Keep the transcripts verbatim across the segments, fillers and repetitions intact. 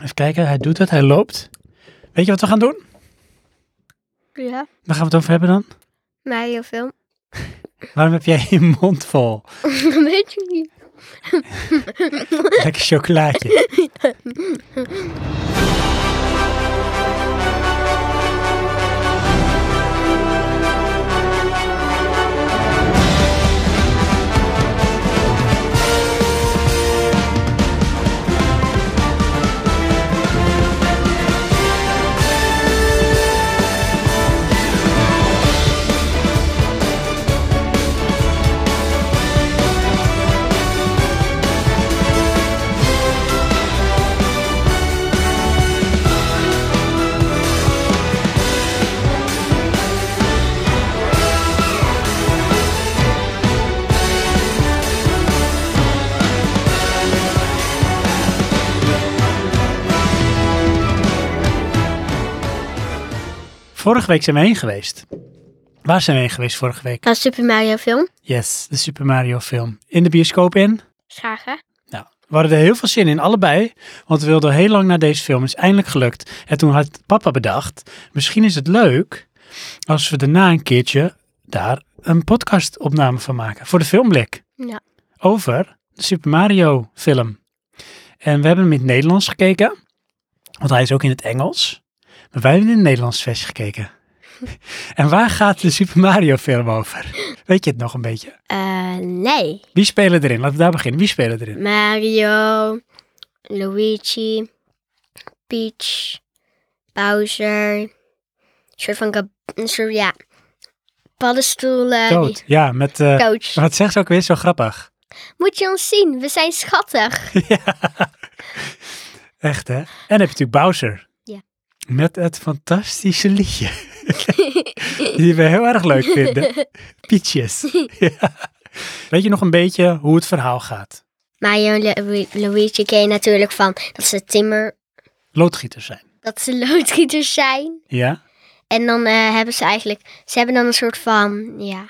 Even kijken, hij doet het, hij loopt. Weet je wat we gaan doen? Ja. Waar gaan we het over hebben dan? Mario film. Waarom heb jij je mond vol? Weet je niet. Lekker chocolaatje. Vorige week zijn we heen geweest. Waar zijn we heen geweest vorige week? Naar Super Mario film. Yes, de Super Mario film. In de bioscoop in. Schagen. Nou, we hadden er heel veel zin in, allebei. Want we wilden heel lang naar deze film. Het is eindelijk gelukt. En toen had papa bedacht, misschien is het leuk als we daarna een keertje daar een podcastopname van maken. Voor de filmblik. Ja. Over de Super Mario film. En we hebben hem in het Nederlands gekeken. Want hij is ook in het Engels. Maar wij hebben in de Nederlandse versie gekeken. En waar gaat de Super Mario film over? Weet je het nog een beetje? Uh, nee. Wie spelen erin? Laten we daar beginnen. Wie spelen erin? Mario, Luigi, Peach, Bowser. Een soort van, gab- een soort, ja, paddenstoelen. Dood. Ja, met... Uh, Coach. wat zegt ze ook weer? Zo grappig. Moet je ons zien, we zijn schattig. Ja. Echt, hè? En dan heb je natuurlijk Bowser. Ja. Met het fantastische liedje. Die we heel erg leuk vinden. Peaches. Ja. Weet je nog een beetje hoe het verhaal gaat? Mario en Lu- Luigi ken je natuurlijk van dat ze timmer, Loodgieters zijn. dat ze loodgieters zijn. Ja? En dan uh, hebben ze eigenlijk, ze hebben dan een soort van, ja,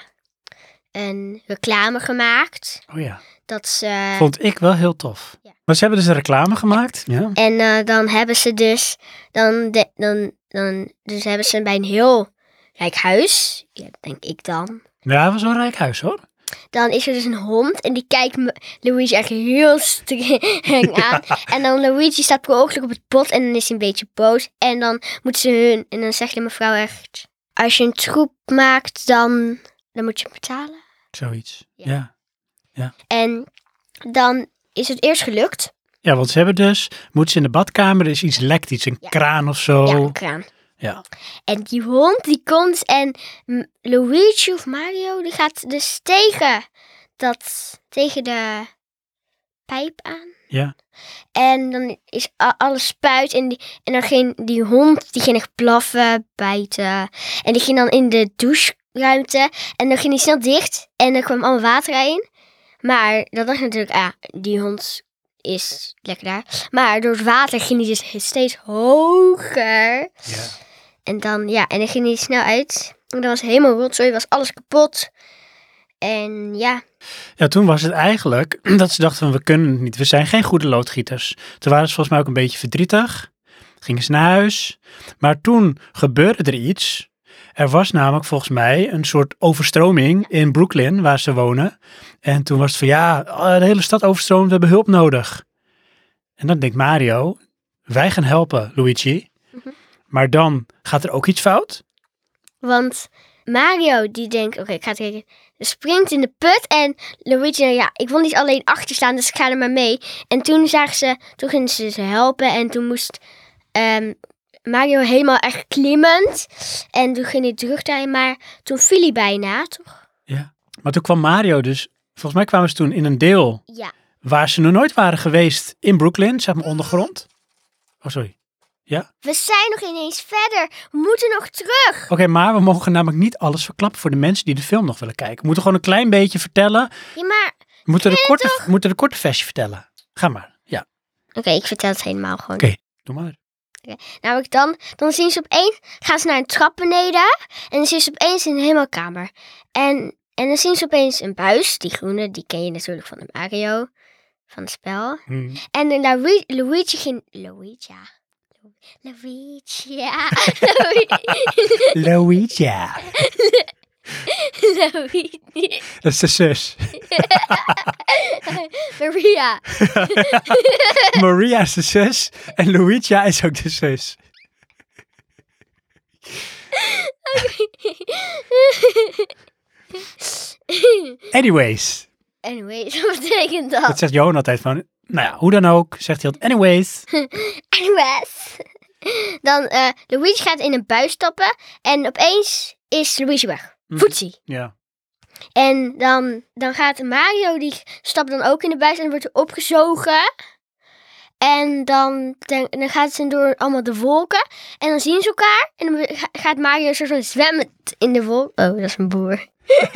een reclame gemaakt. Oh ja. Dat ze... Vond ik wel heel tof. Ja. Maar ze hebben dus een reclame gemaakt. Ja. En uh, dan hebben ze dus, dan, de, dan, dan, dus hebben ze bij een heel rijk huis, ja, denk ik dan. Ja, het was wel een rijk huis hoor. Dan is er dus een hond en die kijkt me, Luigi echt heel streng aan. Ja. En dan Luigi staat per ongeluk op het bot en dan is hij een beetje boos. En dan moeten ze hun, en dan zegt de mevrouw echt, als je een troep maakt, dan, dan moet je het betalen. Zoiets. Ja. Ja. Ja. En dan is het eerst gelukt. Ja, want ze hebben dus, moeten ze in de badkamer, er is iets lekt, iets, een Ja. kraan of zo. Ja, een kraan. Ja. En die hond die komt en M- Luigi of Mario die gaat dus tegen dat tegen de pijp aan. Ja. En dan is a- alles spuit en, die, en dan ging die hond die ging echt blaffen, bijten. En die ging dan in de doucheruimte en dan ging die snel dicht en er kwam allemaal water in. Maar dat dacht natuurlijk, ah, die hond is lekker daar. Maar door het water ging die dus steeds hoger. Ja. En dan, ja, en dan ging hij snel uit. En dat was helemaal rotzooi, was alles kapot. En ja, Ja, toen was het eigenlijk dat ze dachten van we kunnen het niet. We zijn geen goede loodgieters. Toen waren ze volgens mij ook een beetje verdrietig. Gingen ze naar huis. Maar toen gebeurde er iets. Er was namelijk volgens mij een soort overstroming in Brooklyn, waar ze wonen. En toen was het van ja, de hele stad overstroomt, we hebben hulp nodig. En dan denkt Mario, wij gaan helpen Luigi. Mhm. Maar dan gaat er ook iets fout. want Mario die denkt, oké, ik ga het kijken. Springt in de put en Luigi, nou ja, ik wil niet alleen achter staan, dus ik ga er maar mee. En toen zagen ze, toen gingen ze ze helpen en toen moest um, Mario helemaal echt klimmend. En toen ging hij terugdraaien, maar toen viel hij bijna, toch? Ja. Maar toen kwam Mario dus, volgens mij kwamen ze toen in een deel Ja. waar ze nog nooit waren geweest in Brooklyn, zeg maar ondergrond. Oh, sorry. Ja? We zijn nog ineens verder. We moeten nog terug. Oké, okay, maar we mogen namelijk niet alles verklappen voor de mensen die de film nog willen kijken. We moeten gewoon een klein beetje vertellen. Ja, maar... We moeten de korte, we moeten de korte versie vertellen. Ga maar, ja. Oké, okay, ik vertel het helemaal gewoon. Oké, okay, doe maar. Okay. Namelijk dan, dan zien ze opeens, gaan ze naar een trap beneden. En dan zien ze opeens in een helemaal kamer. En, en dan zien ze opeens een buis, die groene, die ken je natuurlijk van de Mario. van het spel. Hmm. En uh, Luigi, Luigi ging... Luigi, ja. Luigi, ja. Luigi. Luigi. Dat is de zus. Maria. Maria is de zus en Luigi is ook de zus. Anyways. Anyways, wat betekent dat? Dat zegt Johan altijd van, nou ja, hoe dan ook, zegt hij altijd anyways. Anyways. Dan, uh, Luigi gaat in een bus stappen en opeens is Luigi weg. Hm. Voetsie. Ja. En dan, dan gaat Mario, die stapt dan ook in de buis en wordt er opgezogen. En dan, dan, dan gaat ze door allemaal de wolken. En dan zien ze elkaar. En dan gaat Mario soort van zwemmend in de wolken. Oh, dat is een boer.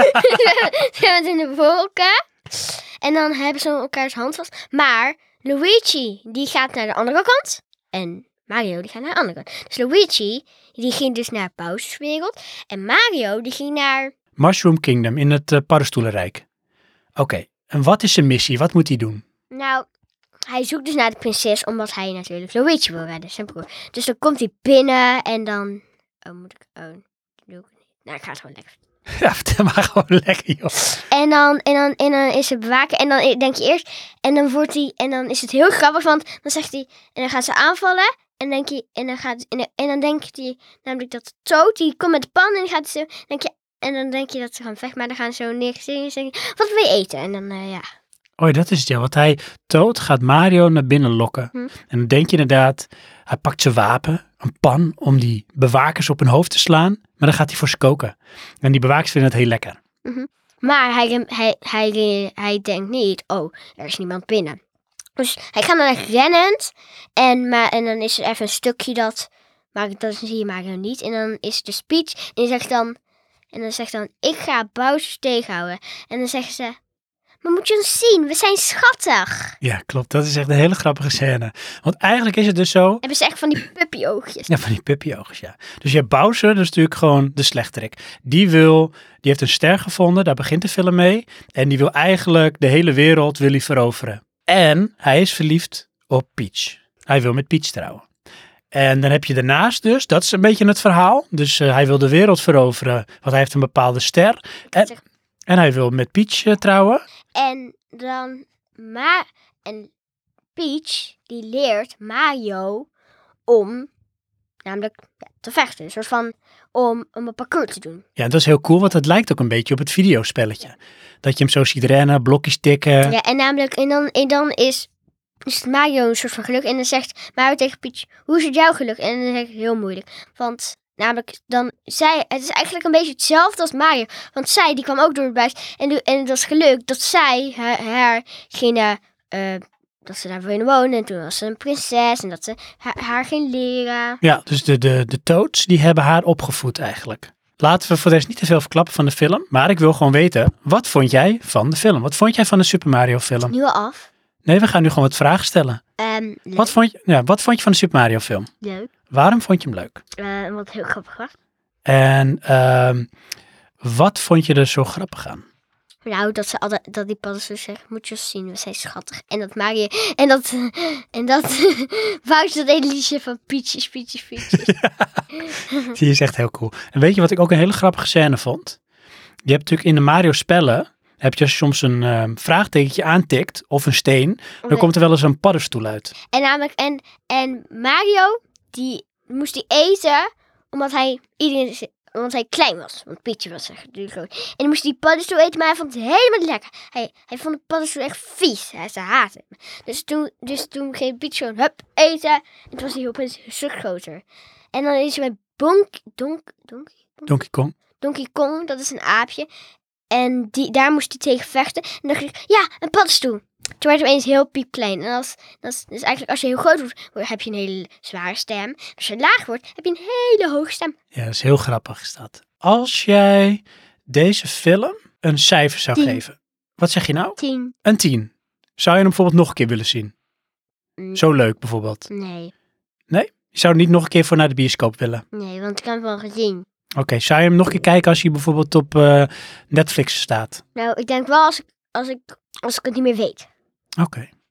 Zwemmend in de wolken. En dan hebben ze elkaars hand vast. Maar Luigi, die gaat naar de andere kant. En Mario, die gaat naar de andere kant. Dus Luigi, die ging dus naar Bowser's wereld. En Mario, die ging naar... Mushroom Kingdom in het uh, paddenstoelenrijk. Oké, okay. En wat is zijn missie? Wat moet hij doen? Nou, hij zoekt dus naar de prinses, omdat hij natuurlijk Luigi wil redden, zijn broer. Dus dan komt hij binnen en dan... Oh, moet ik... Oh, doe ik niet. Nou, ik ga het gewoon lekker. Ja, vertel maar gewoon lekker, joh. En dan, en dan, en dan is het bewaken en dan denk je eerst... En dan wordt hij... En dan is het heel grappig, want dan zegt hij... En dan gaat ze aanvallen... En, denk je, en, dan gaat, en, dan, en dan denkt hij namelijk dat Toad, die komt met de pan en die gaat zo... Denk je, en dan denk je dat ze gaan vechten, maar dan gaan ze zo neergezien en zeggen... Wat wil je eten? En dan, uh, ja... Oh, dat is het ja. Want hij, Toad, gaat Mario naar binnen lokken. Hm. En dan denk je inderdaad, hij pakt zijn wapen, een pan, om die bewakers op hun hoofd te slaan. Maar dan gaat hij voor ze koken. En die bewakers vinden het heel lekker. Mm-hmm. Maar hij, hij, hij, hij, hij denkt niet, oh, er is niemand binnen. Dus hij gaat dan echt rennend. En, maar, en dan is er even een stukje dat, maar dat zie je Mario niet. En dan is de speech, en die zegt dan, en dan zegt dan, ik ga Bowser tegenhouden. En dan zeggen ze... Maar moet je ons zien, we zijn schattig. Ja, klopt. Dat is echt een hele grappige scène. Want eigenlijk is het dus zo... Hebben ze echt van die puppyoogjes. Ja, van die puppyoogjes, ja. Dus je hebt Bowser, dat is natuurlijk gewoon de slechterik. Die wil, die heeft een ster gevonden, daar begint de film mee. En die wil eigenlijk de hele wereld wil hij veroveren. En hij is verliefd op Peach. Hij wil met Peach trouwen. En dan heb je daarnaast dus, dat is een beetje het verhaal. Dus uh, hij wil de wereld veroveren, want hij heeft een bepaalde ster. En, en hij wil met Peach uh, trouwen. En dan, Ma en Peach, die leert Mario om, namelijk ja, te vechten. Een soort van, om, om een parcours te doen. Ja, dat is heel cool, want het lijkt ook een beetje op het videospelletje. Dat je hem zo ziet rennen, blokjes tikken. Ja, en namelijk, en dan, en dan is, is Mario een soort van geluk. En dan zegt Mario tegen Peach, hoe is het jouw geluk? En dan zegt hij, heel moeilijk. Want namelijk, dan, zij, het is eigenlijk een beetje hetzelfde als Mario. Want zij, die kwam ook door het buis. En, de, en het was geluk dat zij haar, haar ging, uh, dat ze daar wilde wonen. En toen was ze een prinses. En dat ze haar, haar ging leren. Ja, dus de, de, de Toads, die hebben haar opgevoed eigenlijk. Laten we voor de rest niet te veel verklappen van de film. Maar ik wil gewoon weten, wat vond jij van de film? Wat vond jij van de Super Mario film? Nu al af. Nee, we gaan nu gewoon wat vragen stellen. Um, wat, vond je, ja, wat vond je van de Super Mario film? Leuk. Waarom vond je hem leuk? Uh, wat heel grappig was. En uh, wat vond je er zo grappig aan? Nou, dat ze altijd, dat die paddenstoel zegt, moet je eens zien, we zijn schattig. En dat Mario, en dat, en dat, Bowser dat hele liedje van Peaches, Peaches, Peaches. Die is echt heel cool. En weet je wat ik ook een hele grappige scène vond? Je hebt natuurlijk in de Mario spellen, heb je als je soms een uh, vraagtekentje aantikt, of een steen, dan Okay. komt er wel eens een paddenstoel uit. En namelijk, en, en Mario, die moest die eten, omdat hij, iedereen, omdat hij klein was. Want Pietje was echt natuurlijk groot. En dan moest hij die paddenstoel eten, maar hij vond het helemaal niet lekker. Hij, hij vond de paddenstoel echt vies. Hij ze haatte hem. Dus toen, dus toen ging Pietje gewoon, hup, eten. En toen was hij opeens een stuk groter. En dan is hij bij Bonk, Donk, Donkey, Donkey Kong. Donkey Kong, dat is een aapje. En die, daar moest hij tegen vechten. En dan dacht ik, ja, een paddenstoel. Toen werd hij opeens heel piepklein. En als, dat is, dus eigenlijk als je heel groot wordt, heb je een hele zware stem. Als je laag wordt, heb je een hele hoge stem. Ja, dat is heel grappig is dat. Als jij deze film een cijfer zou Tien. geven, wat zeg je nou? Tien. Een tien. Zou je hem bijvoorbeeld nog een keer willen zien? Mm, Zo leuk bijvoorbeeld. Nee, Nee? Je zou niet nog een keer voor naar de bioscoop willen? nee, want ik heb hem wel gezien. Oké, okay, zou je hem nog een keer kijken als hij bijvoorbeeld op uh, Netflix staat? Nou, ik denk wel als ik, als ik, als ik het niet meer weet. Oké. Okay.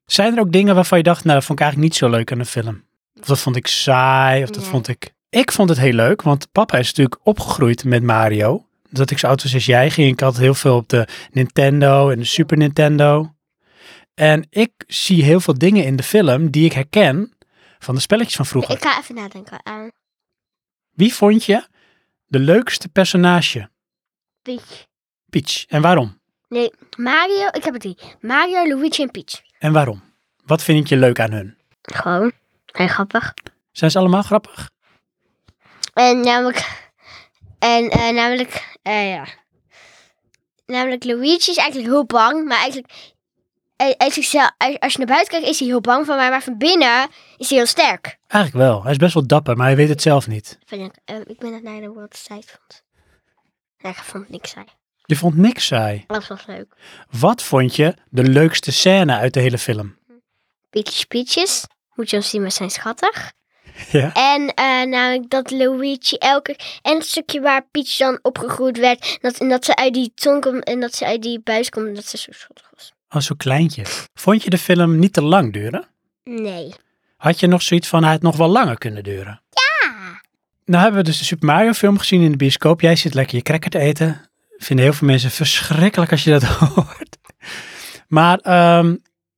Zijn er ook dingen waarvan je dacht, nou, dat vond ik eigenlijk niet zo leuk aan de film? Of dat vond ik saai, of dat Nee. vond ik... Ik vond het heel leuk, want papa is natuurlijk opgegroeid met Mario. Dat ik zo oud was als jij ging. Ik had heel veel op de Nintendo en de Super Nintendo. En ik zie heel veel dingen in de film die ik herken van de spelletjes van vroeger. Ik ga even nadenken aan Wie vond je de leukste personage? Peach. Peach. En waarom? Nee, Mario. Ik heb het drie. Mario, Luigi en Peach. En waarom? Wat vind je leuk aan hun? Gewoon. Heel grappig. Zijn ze allemaal grappig? En namelijk... En eh, namelijk... eh, ja. Namelijk Luigi is eigenlijk heel bang. Maar eigenlijk... eh, Uit zichzelf, als als je naar buiten kijkt is hij heel bang van mij. Maar van binnen is hij heel sterk. Eigenlijk wel. Hij is best wel dapper, maar hij weet het zelf niet. Vind ik, eh, ik ben het naar de World Side vond. Nee, ik vond niks saai. Je vond niks saai. Alles was leuk. Wat vond je de leukste scène uit de hele film? Peach Peaches. Moet je ons zien, maar zijn schattig. Ja. En eh, namelijk dat Luigi elke... En het stukje waar Peach dan opgegroeid werd. Dat, en dat ze uit die tong komt en dat ze uit die buis komt en dat ze zo schattig was. Oh, zo kleintje. Vond je de film niet te lang duren? Nee. Had je nog zoiets van, hij had nog wel langer kunnen duren? Ja. Nou hebben we dus de Super Mario film gezien in de bioscoop. Jij zit lekker je cracker te eten. Vinden heel veel mensen verschrikkelijk als je dat hoort. Maar ehm,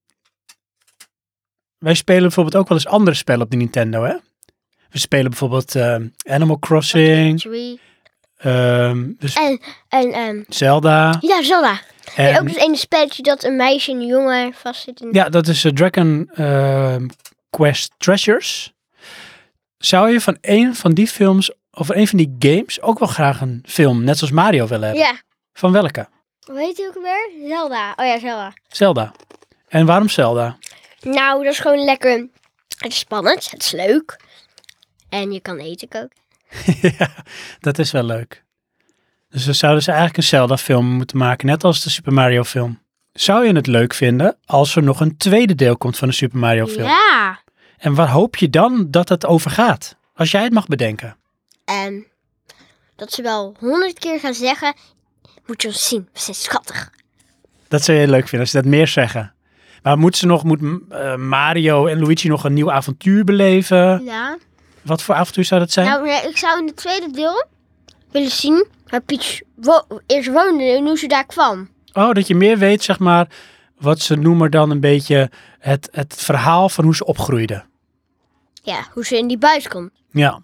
wij spelen bijvoorbeeld ook wel eens andere spellen op de Nintendo, hè? We spelen bijvoorbeeld ehm, Animal Crossing, Tree. ehm, dus En, en, ehm Zelda. ja, Zelda. En En, ook het ene spelletje dat een meisje en een jongen vastzit in. ja, dat is eh, Dragon ehm, Quest Treasures. Zou je van een van die films of een van die games ook wel graag een film, net zoals Mario, willen hebben? Ja. Van welke? Hoe heet die ook weer? Zelda. Oh ja, Zelda. Zelda. En waarom Zelda? Nou, dat is gewoon lekker. Het is spannend. Het is leuk. En je kan eten koken. Ja, dat is wel leuk. Dus dan zouden ze eigenlijk een Zelda-film moeten maken, net als de Super Mario-film. Zou je het leuk vinden als er nog een tweede deel komt van de Super Mario-film? Ja. En waar hoop je dan dat het over gaat? Als jij het mag bedenken. En dat ze wel honderd keer gaan zeggen. Moet je ons zien. We zijn schattig. Dat zou je leuk vinden als ze dat meer zeggen. Maar moeten ze nog, moet eh, Mario en Luigi nog een nieuw avontuur beleven? Ja. Wat voor avontuur zou dat zijn? Nou, nee, ik zou in het tweede deel willen zien waar Peach wo- eerst woonde en hoe ze daar kwam. Oh, dat je meer weet, zeg maar, wat ze noemen dan een beetje het, het verhaal van hoe ze opgroeiden. Ja, hoe ze in die buis komt. Ja.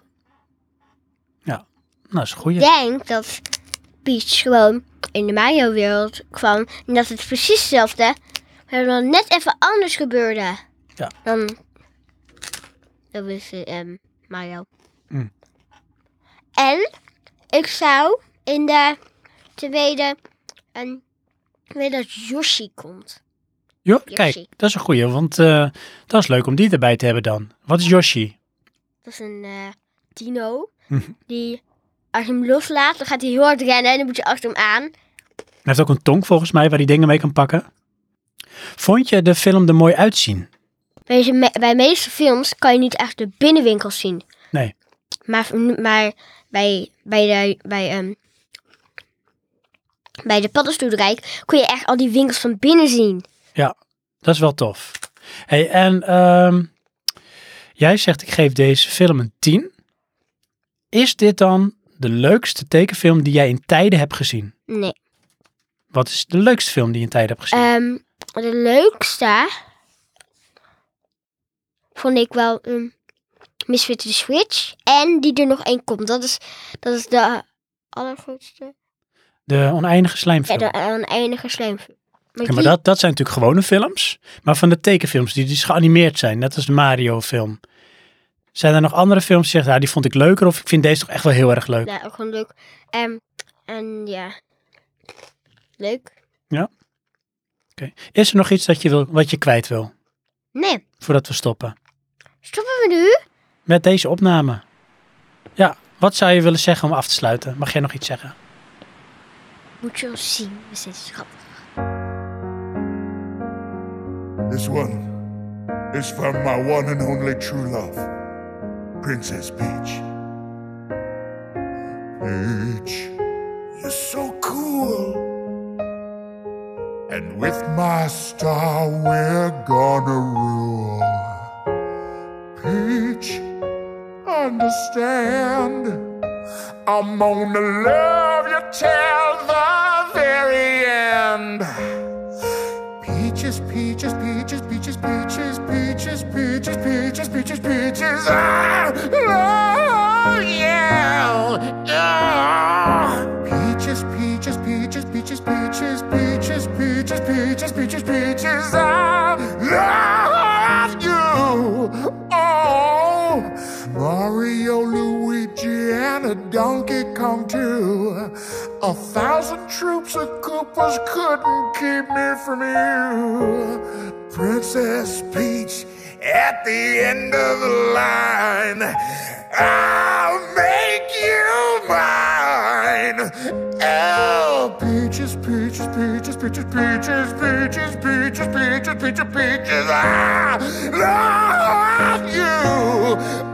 Ja, nou, dat is een goeie. Ik denk dat Peach gewoon in de Mario-wereld kwam en dat het precies hetzelfde, maar dan net even anders gebeurde. Ja. Dan, dat is um, Mario. Mm. En ik zou in de tweede een wil dat Yoshi komt. Jo, Yoshi. kijk, dat is een goeie, want uh, dat is leuk om die erbij te hebben dan. Wat is Yoshi? Dat is een uh, dino Mhm. die als je hem loslaat, dan gaat hij heel hard rennen en dan moet je achter hem aan. Hij heeft ook een tong volgens mij waar hij dingen mee kan pakken. Vond je de film er mooi uitzien? Bij, ze me- bij de meeste films kan je niet echt de binnenwinkels zien. Nee. Maar, maar bij, bij de, bij, um, bij de paddenstoelrijk kon je echt al die winkels van binnen zien. Ja, dat is wel tof. Hey, en ehm, jij zegt ik geef deze film een tien. Is dit dan de leukste tekenfilm die jij in tijden hebt gezien? Nee. Wat is de leukste film die je in tijden hebt gezien? Um, de leukste vond ik wel um, Misfit the Switch. En die er nog één komt. Dat is, dat is de allergrootste. De Oneindige Ja, Slijmfilm. de oneindige slijmfilm. Maar Ja, maar die- dat, dat zijn natuurlijk gewone films. Maar van de tekenfilms die dus geanimeerd zijn, net als de Mario film. Zijn er nog andere films die zeggen, ja, die vond ik leuker of ik vind deze toch echt wel heel erg leuk? Ja, ook gewoon leuk. Um, en ja, leuk. Okay. Is er nog iets dat je wil, wat je kwijt wil, Nee, voordat we stoppen? stoppen we nu? Met deze opname. Ja, wat zou je willen zeggen om af te sluiten? Mag jij nog iets zeggen? Moet je ons zien, we zijn schattig. This one is from my one and only true love, Princess Peach. Peach, you're so cool. And with my star we're gonna rule. Peach, understand, I'm gonna love you till the very end. Peaches, peaches, peaches, peaches, peaches, peaches, peaches, peaches, peaches, peaches, I love you. Yeah. Peaches, peaches, peaches, peaches, peaches, peaches, peaches, peaches, peaches, peaches, I love you. Oh, Mario, Luigi, and a Donkey Kong too. A thousand troops of Koopas couldn't keep me from you. Princess Peach at the end of the line. I'll make you mine. Oh, peaches, peaches, peaches, peaches, peaches, peaches, peaches, peaches, peaches, peaches, I love you.